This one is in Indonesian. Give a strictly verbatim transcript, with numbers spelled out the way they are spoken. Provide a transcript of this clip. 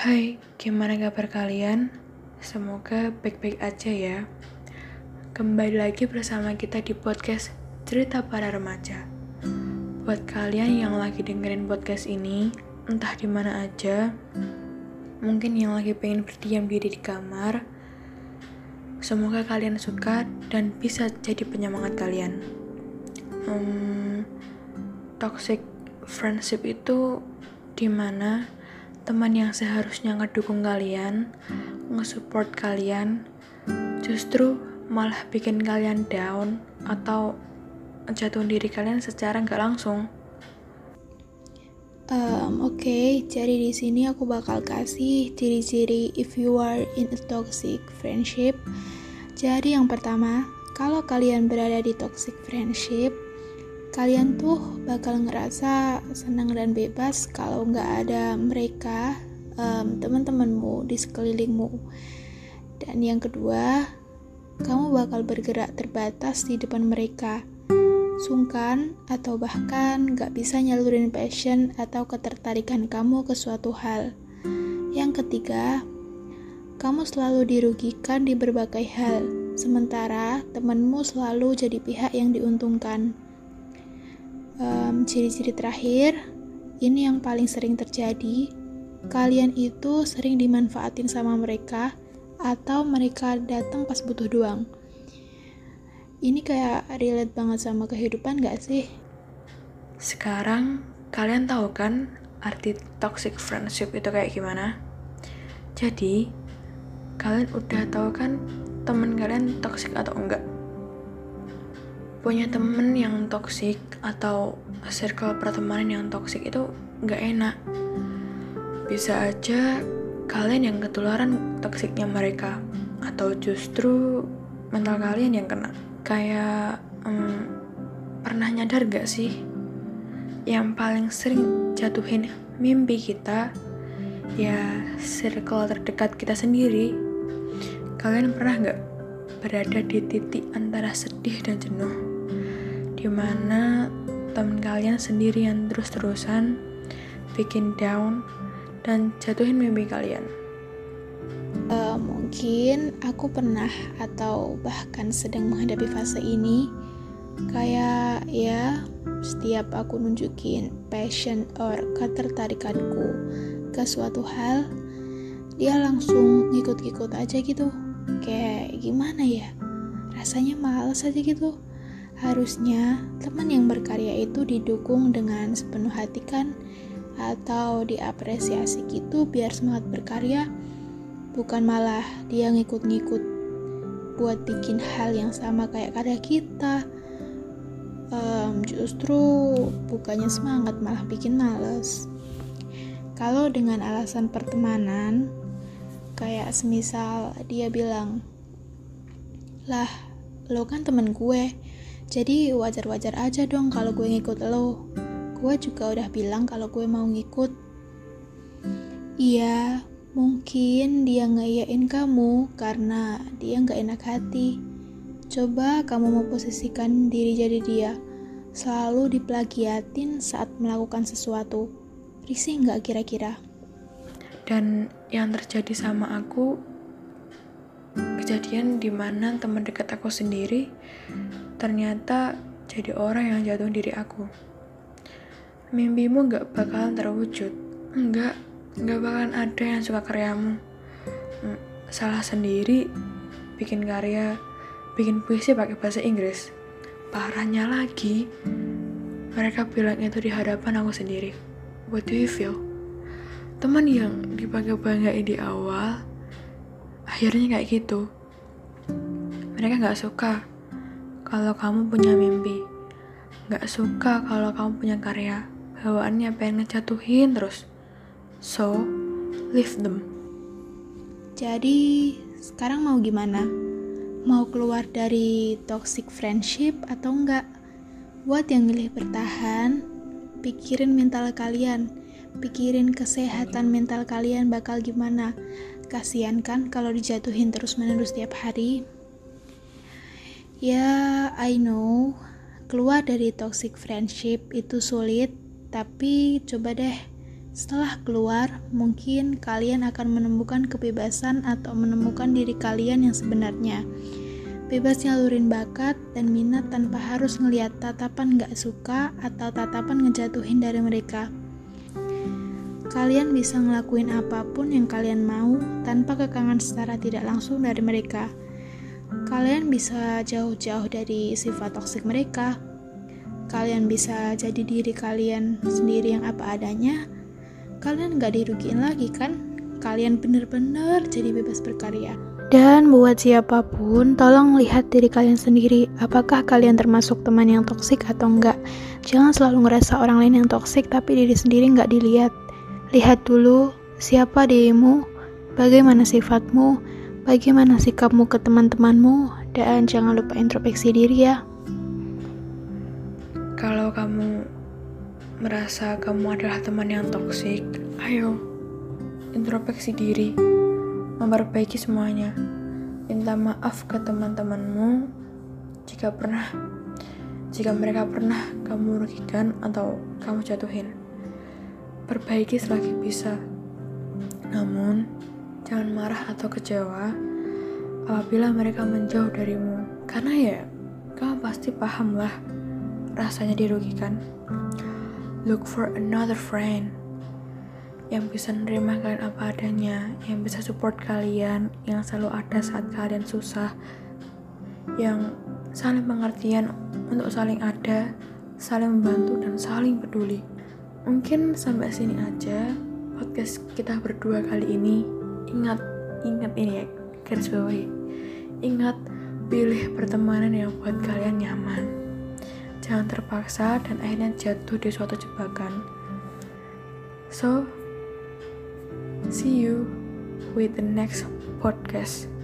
Hai, gimana kabar kalian? Semoga baik-baik aja ya. Kembali lagi bersama kita di podcast Cerita Para Remaja. Buat kalian yang lagi dengerin podcast ini, entah di mana aja, mungkin yang lagi pengen berdiam diri di kamar, semoga kalian suka dan bisa jadi penyemangat kalian. Hmm, toxic friendship itu dimana teman yang seharusnya ngedukung kalian, nge-support kalian, justru malah bikin kalian down atau jatuh diri kalian secara nggak langsung. Um, Oke, okay. Jadi di sini aku bakal kasih ciri-ciri if you are in a toxic friendship. Jadi yang pertama, kalau kalian berada di toxic friendship, kalian tuh bakal ngerasa senang dan bebas kalau nggak ada mereka, um, teman-temanmu di sekelilingmu. Dan yang kedua, kamu bakal bergerak terbatas di depan mereka, sungkan atau bahkan gak bisa nyalurin passion atau ketertarikan kamu ke suatu hal. Yang ketiga, kamu selalu dirugikan di berbagai hal, sementara temanmu selalu jadi pihak yang diuntungkan. Um, ciri-ciri terakhir, ini yang paling sering terjadi, kalian itu sering dimanfaatin sama mereka, atau mereka datang pas butuh doang. Ini kayak relate banget sama kehidupan gak sih? Sekarang kalian tahu kan arti toxic friendship itu kayak gimana? Jadi kalian udah tahu kan temen kalian toxic atau enggak? Punya temen yang toxic atau circle pertemanan yang toxic itu enggak enak. Bisa aja kalian yang ketularan toksiknya mereka, atau justru mental kalian yang kena. Kayak um, pernah nyadar gak sih yang paling sering jatuhin mimpi kita ya circle terdekat kita sendiri. Kalian pernah gak berada di titik antara sedih dan jenuh, dimana temen kalian sendiri yang terus-terusan bikin down dan jatuhin mimpi kalian? Uh, mungkin aku pernah atau bahkan sedang menghadapi fase ini. Kayak ya, setiap aku nunjukin passion or ketertarikanku ke suatu hal, dia langsung ngikut-ngikut aja gitu. Kayak gimana ya, rasanya males aja gitu. Harusnya teman yang berkarya itu didukung dengan sepenuh hati kan, atau diapresiasi gitu biar semangat berkarya, bukan malah dia ngikut-ngikut buat bikin hal yang sama kayak karya kita. Um, justru bukannya semangat malah bikin males. Kalau dengan alasan pertemanan, kayak semisal dia bilang, lah lo kan temen gue, jadi wajar-wajar aja dong kalau gue ngikut lo. Gue juga udah bilang kalau gue mau ngikut. Iya, mungkin dia ngeiyain kamu karena dia gak enak hati. Coba kamu mau posisikan diri jadi dia, selalu diplagiatin saat melakukan sesuatu. Risih gak kira-kira? Dan yang terjadi sama aku, kejadian dimana teman dekat aku sendiri ternyata jadi orang yang jatuh diri aku. Mimpimu gak bakalan terwujud. Enggak, gak bakalan ada yang suka karyamu. Salah sendiri bikin karya, bikin puisi pakai bahasa Inggris. Parahnya lagi, mereka bilang itu di hadapan aku sendiri. What do you feel? Teman yang dibangga-banggain di awal, akhirnya kayak gitu. Mereka gak suka kalau kamu punya mimpi, gak suka kalau kamu punya karya, bawaannya pengen ngejatuhin terus. So, leave them. Jadi, sekarang mau gimana? Mau keluar dari toxic friendship atau enggak? Buat yang milih bertahan, pikirin mental kalian, pikirin kesehatan mental kalian bakal gimana. Kasian kan kalau dijatuhin terus-menerus tiap hari. Ya, I know, keluar dari toxic friendship itu sulit, tapi coba deh Setelah keluar, mungkin kalian akan menemukan kebebasan atau menemukan diri kalian yang sebenarnya. Bebas nyalurin bakat dan minat tanpa harus ngeliat tatapan gak suka atau tatapan ngejatuhin dari mereka. Kalian bisa ngelakuin apapun yang kalian mau tanpa kekangan secara tidak langsung dari mereka. Kalian bisa jauh-jauh dari sifat toksik mereka. Kalian bisa jadi diri kalian sendiri yang apa adanya. Kalian gak dirugiin lagi kan? Kalian bener-bener jadi bebas berkarya. Dan buat siapapun, tolong lihat diri kalian sendiri. Apakah kalian termasuk teman yang toksik atau enggak? Jangan selalu ngerasa orang lain yang toksik, tapi diri sendiri gak dilihat. Lihat dulu, siapa dirimu, bagaimana sifatmu, bagaimana sikapmu ke teman-temanmu, dan jangan lupa introspeksi diri ya. Kalau kamu merasa kamu adalah teman yang toksik, ayo introspeksi diri, memperbaiki semuanya. Minta maaf ke teman-temanmu jika pernah jika mereka pernah kamu rugikan atau kamu jatuhin. Perbaiki selagi bisa. Namun jangan marah atau kecewa apabila mereka menjauh darimu, karena ya kamu pasti paham lah rasanya dirugikan. Look for another friend yang bisa menerima kalian apa adanya, yang bisa support kalian, yang selalu ada saat kalian susah, yang saling pengertian untuk saling ada, saling membantu, dan saling peduli. Mungkin sampai sini aja podcast kita berdua kali ini. Ingat, ingat ini ya, garis bawahi. Ingat, pilih pertemanan yang buat kalian nyaman. Jangan terpaksa dan akhirnya jatuh di suatu jebakan. So, see you with the next podcast.